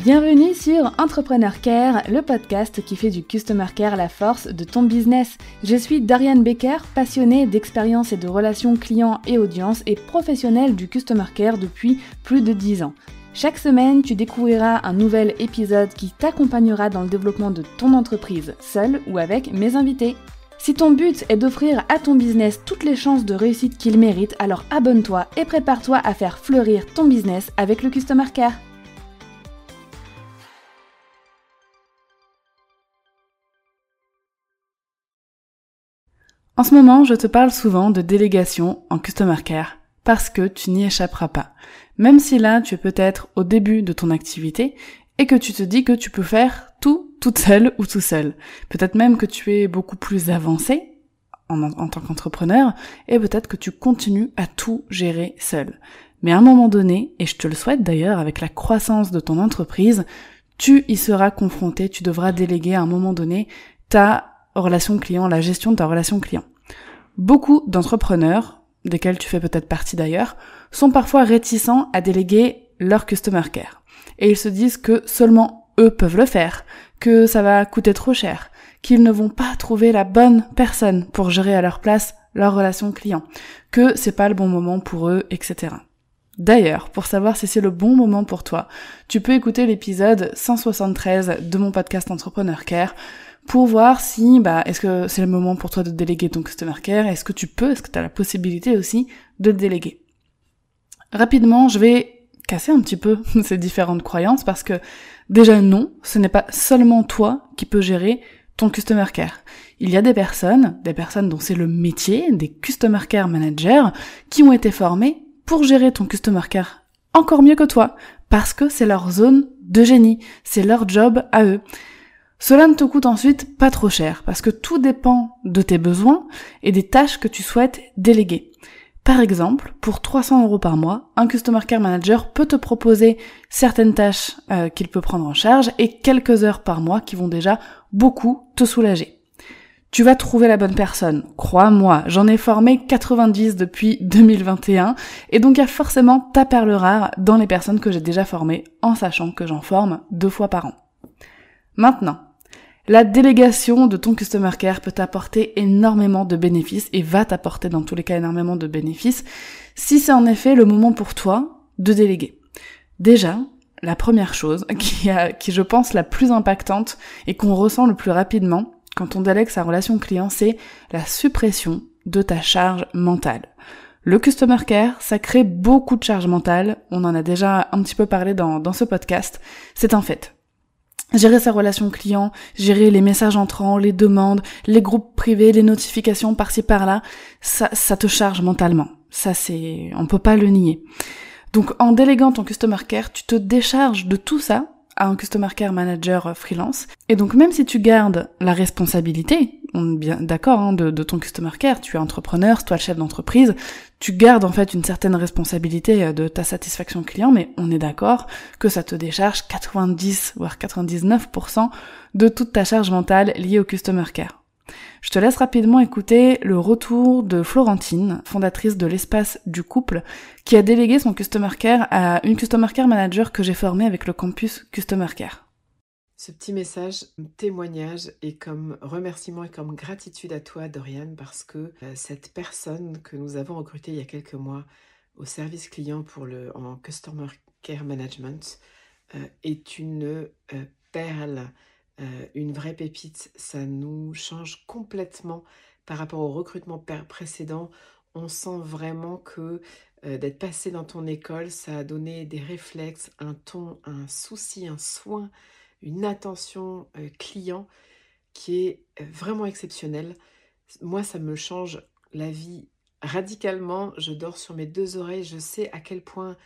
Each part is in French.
Bienvenue sur Entrepreneur Care, le podcast qui fait du Customer Care la force de ton business. Je suis Doriane Becker, passionnée d'expérience et de relations clients et audience et professionnelle du Customer Care depuis plus de 10 ans. Chaque semaine, tu découvriras un nouvel épisode qui t'accompagnera dans le développement de ton entreprise, seul ou avec mes invités. Si ton but est d'offrir à ton business toutes les chances de réussite qu'il mérite, alors abonne-toi et prépare-toi à faire fleurir ton business avec le Customer Care. En ce moment, je te parle souvent de délégation en Customer Care parce que tu n'y échapperas pas. Même si là, tu es peut-être au début de ton activité et que tu te dis que tu peux faire tout toute seule ou tout seul. Peut-être même que tu es beaucoup plus avancé en tant qu'entrepreneur et peut-être que tu continues à tout gérer seul. Mais à un moment donné, et je te le souhaite d'ailleurs avec la croissance de ton entreprise, tu y seras confronté, tu devras déléguer à un moment donné ta relation client, la gestion de ta relation client. Beaucoup d'entrepreneurs, desquels tu fais peut-être partie d'ailleurs, sont parfois réticents à déléguer leur Customer Care. Et ils se disent que seulement eux peuvent le faire, que ça va coûter trop cher, qu'ils ne vont pas trouver la bonne personne pour gérer à leur place leur relation client, que c'est pas le bon moment pour eux, etc. D'ailleurs, pour savoir si c'est le bon moment pour toi, tu peux écouter l'épisode 173 de mon podcast Entrepreneur Care pour voir si, est-ce que c'est le moment pour toi de déléguer ton Customer Care, est-ce que tu as la possibilité aussi de le déléguer. Rapidement, je vais casser un petit peu ces différentes croyances parce que déjà non, ce n'est pas seulement toi qui peux gérer ton Customer Care. Il y a des personnes dont c'est le métier, des Customer Care Managers, qui ont été formés pour gérer ton Customer Care encore mieux que toi, parce que c'est leur zone de génie, c'est leur job à eux. Cela ne te coûte ensuite pas trop cher, parce que tout dépend de tes besoins et des tâches que tu souhaites déléguer. Par exemple, pour 300 € par mois, un Customer Care Manager peut te proposer certaines tâches qu'il peut prendre en charge et quelques heures par mois qui vont déjà beaucoup te soulager. Tu vas trouver la bonne personne, crois-moi, j'en ai formé 90 depuis 2021 et donc il y a forcément ta perle rare dans les personnes que j'ai déjà formées en sachant que j'en forme 2 fois par an. Maintenant, la délégation de ton Customer Care peut t'apporter énormément de bénéfices et va t'apporter dans tous les cas énormément de bénéfices si c'est en effet le moment pour toi de déléguer. Déjà, la première chose qui je pense la plus impactante et qu'on ressent le plus rapidement quand on délègue sa relation client, c'est la suppression de ta charge mentale. Le Customer Care, ça crée beaucoup de charge mentale, on en a déjà un petit peu parlé dans ce podcast, c'est un fait. Gérer sa relation client, gérer les messages entrants, les demandes, les groupes privés, les notifications par-ci par-là, ça te charge mentalement. Ça on peut pas le nier. Donc en déléguant ton Customer Care, tu te décharges de tout ça à un Customer Care Manager freelance. Et donc même si tu gardes la responsabilité, on est bien d'accord de ton Customer Care, tu es entrepreneur, c'est toi le chef d'entreprise, tu gardes en fait une certaine responsabilité de ta satisfaction client, mais on est d'accord que ça te décharge 90 voire 99% de toute ta charge mentale liée au Customer Care. Je te laisse rapidement écouter le retour de Florentine, fondatrice de l'Espace du Couple, qui a délégué son Customer Care à une Customer Care Manager que j'ai formée avec le campus Customer Care. Ce petit message, témoignage et comme remerciement et comme gratitude à toi, Doriane, parce que cette personne que nous avons recrutée il y a quelques mois au service client en Customer Care Management est une perle. Une vraie pépite, ça nous change complètement par rapport au recrutement précédent. On sent vraiment que d'être passé dans ton école, ça a donné des réflexes, un ton, un souci, un soin, une attention client qui est vraiment exceptionnelle. Moi, ça me change la vie radicalement. Je dors sur mes 2 oreilles, je sais à quel point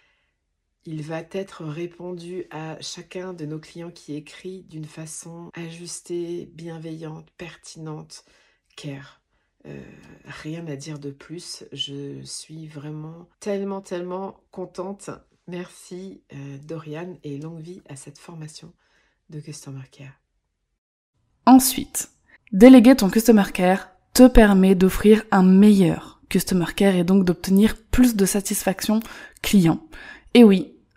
il va être répondu à chacun de nos clients qui écrit d'une façon ajustée, bienveillante, pertinente, care. Rien à dire de plus. Je suis vraiment tellement contente. Merci Doriane et longue vie à cette formation de Customer Care. Ensuite, déléguer ton Customer Care te permet d'offrir un meilleur Customer Care et donc d'obtenir plus de satisfaction client. Et oui,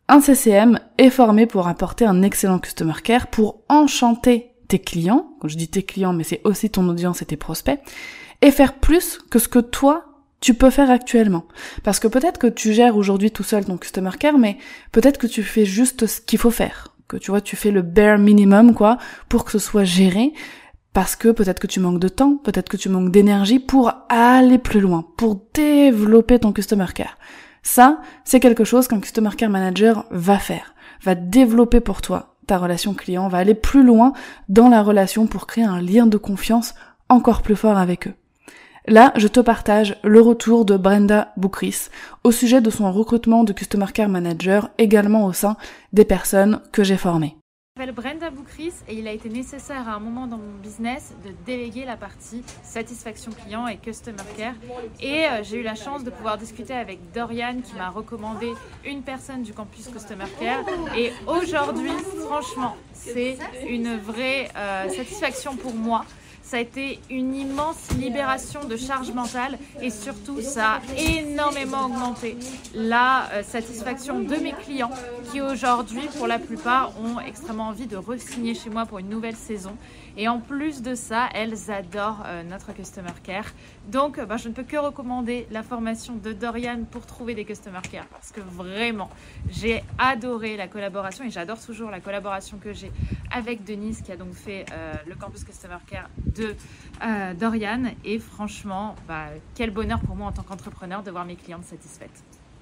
Un CCM est formé pour apporter un excellent customer care, pour enchanter tes clients, quand je dis tes clients, mais c'est aussi ton audience et tes prospects, et faire plus que ce que toi, tu peux faire actuellement. Parce que peut-être que tu gères aujourd'hui tout seul ton customer care, mais peut-être que tu fais juste ce qu'il faut faire. Que tu vois, tu fais le bare minimum, quoi, pour que ce soit géré. Parce que peut-être que tu manques de temps, peut-être que tu manques d'énergie pour aller plus loin, pour développer ton customer care. Ça, c'est quelque chose qu'un customer care manager va faire, va développer pour toi ta relation client, va aller plus loin dans la relation pour créer un lien de confiance encore plus fort avec eux. Là, je te partage le retour de Brenda Boukris au sujet de son recrutement de Customer Care Manager, également au sein des personnes que j'ai formées. Je m'appelle Brenda Boukris et il a été nécessaire à un moment dans mon business de déléguer la partie satisfaction client et Customer Care. Et j'ai eu la chance de pouvoir discuter avec Dorian qui m'a recommandé une personne du campus Customer Care. Et aujourd'hui, franchement, c'est une vraie satisfaction pour moi. Ça a été une immense libération de charge mentale et surtout, ça a énormément augmenté la satisfaction de mes clients qui aujourd'hui, pour la plupart, ont extrêmement envie de re-signer chez moi pour une nouvelle saison. Et en plus de ça, elles adorent notre Customer Care. Donc, je ne peux que recommander la formation de Dorian pour trouver des Customer Care parce que vraiment, j'ai adoré la collaboration et j'adore toujours la collaboration que j'ai avec Denise qui a donc fait le campus Customer Care de Dorian. Et franchement, quel bonheur pour moi en tant qu'entrepreneur de voir mes clientes satisfaites.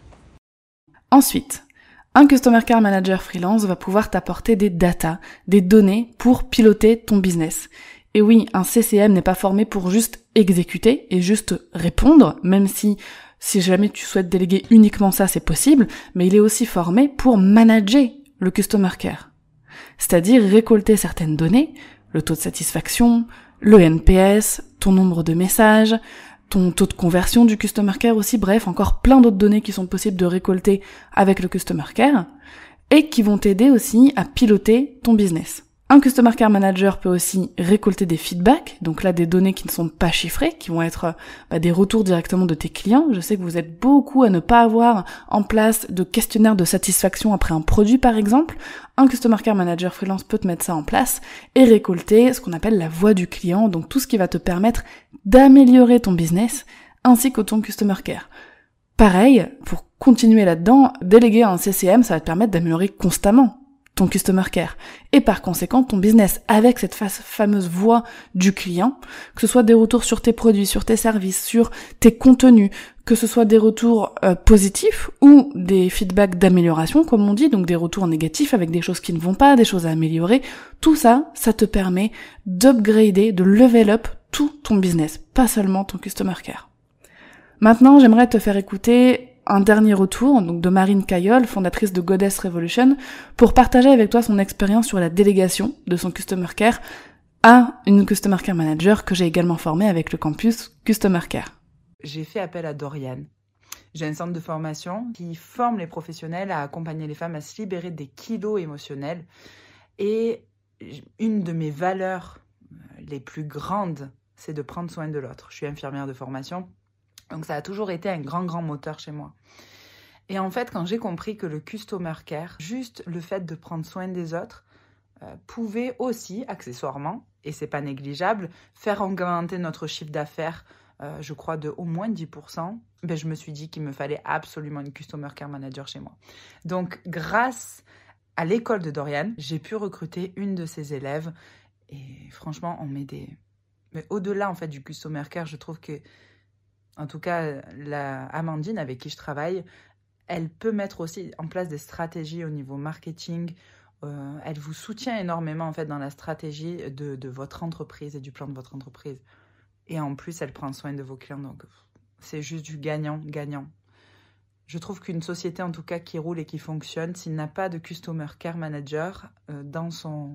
Ensuite, un Customer Care Manager freelance va pouvoir t'apporter des data, des données pour piloter ton business. Et oui, un CCM n'est pas formé pour juste exécuter et juste répondre, même si jamais tu souhaites déléguer uniquement ça, c'est possible, mais il est aussi formé pour manager le Customer Care. C'est-à-dire récolter certaines données, le taux de satisfaction, le NPS, ton nombre de messages, ton taux de conversion du Customer Care aussi, bref, encore plein d'autres données qui sont possibles de récolter avec le Customer Care et qui vont t'aider aussi à piloter ton business. Un Customer Care Manager peut aussi récolter des feedbacks, donc là des données qui ne sont pas chiffrées, qui vont être des retours directement de tes clients. Je sais que vous êtes beaucoup à ne pas avoir en place de questionnaire de satisfaction après un produit par exemple. Un Customer Care Manager freelance peut te mettre ça en place et récolter ce qu'on appelle la voix du client, donc tout ce qui va te permettre d'améliorer ton business ainsi que ton Customer Care. Pareil, pour continuer là-dedans, déléguer un CCM, ça va te permettre d'améliorer constamment ton Customer Care et par conséquent ton business avec cette fameuse voix du client, que ce soit des retours sur tes produits, sur tes services, sur tes contenus, que ce soit des retours positifs ou des feedbacks d'amélioration comme on dit, donc des retours négatifs avec des choses qui ne vont pas, des choses à améliorer, tout ça, ça te permet d'upgrader, de level up tout ton business, pas seulement ton Customer Care. Maintenant, j'aimerais te faire écouter un dernier retour, donc de Marine Cayol, fondatrice de Goddess Revolution, pour partager avec toi son expérience sur la délégation de son Customer Care à une Customer Care Manager que j'ai également formée avec le campus Customer Care. J'ai fait appel à Dorian. J'ai un centre de formation qui forme les professionnels à accompagner les femmes à se libérer des kilos émotionnels. Et une de mes valeurs les plus grandes, c'est de prendre soin de l'autre. Je suis infirmière de formation. Donc ça a toujours été un grand moteur chez moi. Et en fait, quand j'ai compris que le Customer Care, juste le fait de prendre soin des autres, pouvait aussi, accessoirement, et c'est pas négligeable, faire augmenter notre chiffre d'affaires, je crois de au moins 10%, je me suis dit qu'il me fallait absolument une Customer Care Manager chez moi. Donc grâce à l'école de Dorian, j'ai pu recruter une de ses élèves et franchement, on met des... Mais au-delà en fait du Customer Care, je trouve que en tout cas, la Amandine avec qui je travaille, elle peut mettre aussi en place des stratégies au niveau marketing. Elle vous soutient énormément en fait dans la stratégie de votre entreprise et du plan de votre entreprise. Et en plus, elle prend soin de vos clients. Donc, c'est juste du gagnant-gagnant. Je trouve qu'une société en tout cas qui roule et qui fonctionne, s'il n'a pas de Customer Care Manager dans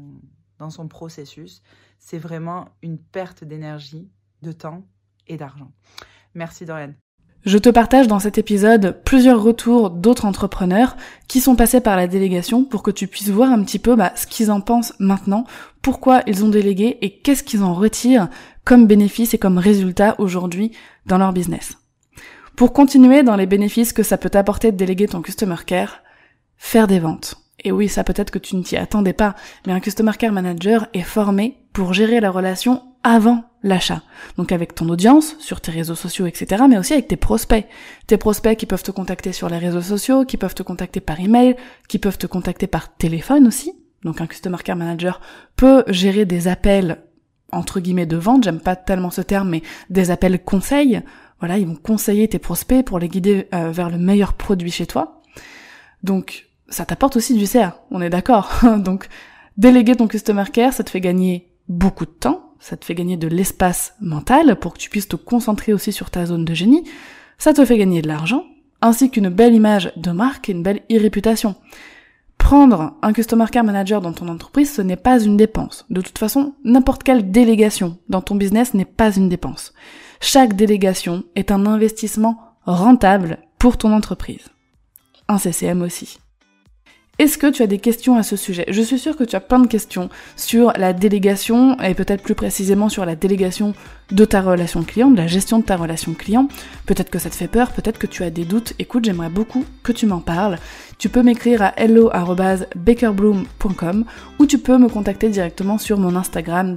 son processus, c'est vraiment une perte d'énergie, de temps et d'argent. Merci Dorian. Je te partage dans cet épisode plusieurs retours d'autres entrepreneurs qui sont passés par la délégation pour que tu puisses voir un petit peu ce qu'ils en pensent maintenant, pourquoi ils ont délégué et qu'est-ce qu'ils en retirent comme bénéfice et comme résultat aujourd'hui dans leur business. Pour continuer dans les bénéfices que ça peut t'apporter de déléguer ton Customer Care, faire des ventes. Et oui, ça peut-être que tu ne t'y attendais pas, mais un Customer Care Manager est formé pour gérer la relation avant l'achat. Donc avec ton audience, sur tes réseaux sociaux, etc., mais aussi avec tes prospects. Tes prospects qui peuvent te contacter sur les réseaux sociaux, qui peuvent te contacter par email, qui peuvent te contacter par téléphone aussi. Donc un Customer Care Manager peut gérer des appels, entre guillemets, de vente, j'aime pas tellement ce terme, mais des appels conseils. Voilà, ils vont conseiller tes prospects pour les guider vers le meilleur produit chez toi. Donc ça t'apporte aussi du CA, on est d'accord. Donc déléguer ton Customer Care, ça te fait gagner beaucoup de temps, ça te fait gagner de l'espace mental pour que tu puisses te concentrer aussi sur ta zone de génie, ça te fait gagner de l'argent, ainsi qu'une belle image de marque et une belle e-réputation. Prendre un Customer Care Manager dans ton entreprise, ce n'est pas une dépense. De toute façon, n'importe quelle délégation dans ton business n'est pas une dépense. Chaque délégation est un investissement rentable pour ton entreprise. Un CCM aussi. Est-ce que tu as des questions à ce sujet ? Je suis sûre que tu as plein de questions sur la délégation et peut-être plus précisément sur la délégation de ta relation client, de la gestion de ta relation client. Peut-être que ça te fait peur, peut-être que tu as des doutes. Écoute, j'aimerais beaucoup que tu m'en parles. Tu peux m'écrire à hello@bakerbloom.com ou tu peux me contacter directement sur mon Instagram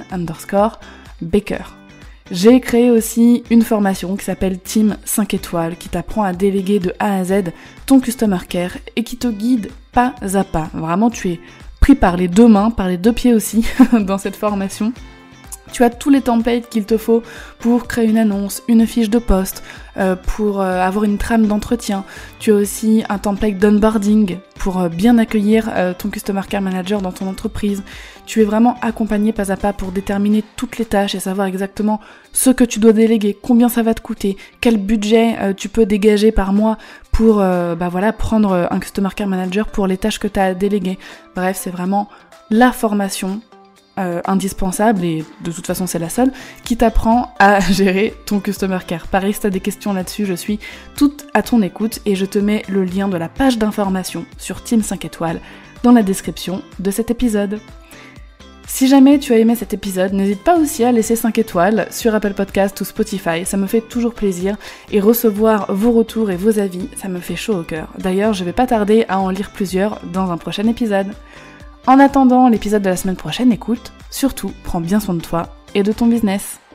Dorian_Baker. J'ai créé aussi une formation qui s'appelle Team 5 étoiles qui t'apprend à déléguer de A à Z ton Customer Care et qui te guide pas à pas. Vraiment, tu es pris par les deux mains, par les deux pieds aussi dans cette formation. Tu as tous les templates qu'il te faut pour créer une annonce, une fiche de poste, pour avoir une trame d'entretien. Tu as aussi un template d'onboarding pour bien accueillir ton Customer Care Manager dans ton entreprise. Tu es vraiment accompagné pas à pas pour déterminer toutes les tâches et savoir exactement ce que tu dois déléguer, combien ça va te coûter, quel budget tu peux dégager par mois pour prendre un Customer Care Manager pour les tâches que tu as à déléguer. Bref, c'est vraiment la formation indispensable, et de toute façon c'est la seule, qui t'apprend à gérer ton Customer Care. Pareil, si t'as des questions là-dessus, je suis toute à ton écoute et je te mets le lien de la page d'information sur Team 5 étoiles dans la description de cet épisode. Si jamais tu as aimé cet épisode, n'hésite pas aussi à laisser 5 étoiles sur Apple Podcast ou Spotify, ça me fait toujours plaisir, et recevoir vos retours et vos avis, ça me fait chaud au cœur. D'ailleurs, je vais pas tarder à en lire plusieurs dans un prochain épisode. En attendant l'épisode de la semaine prochaine, écoute, surtout, prends bien soin de toi et de ton business.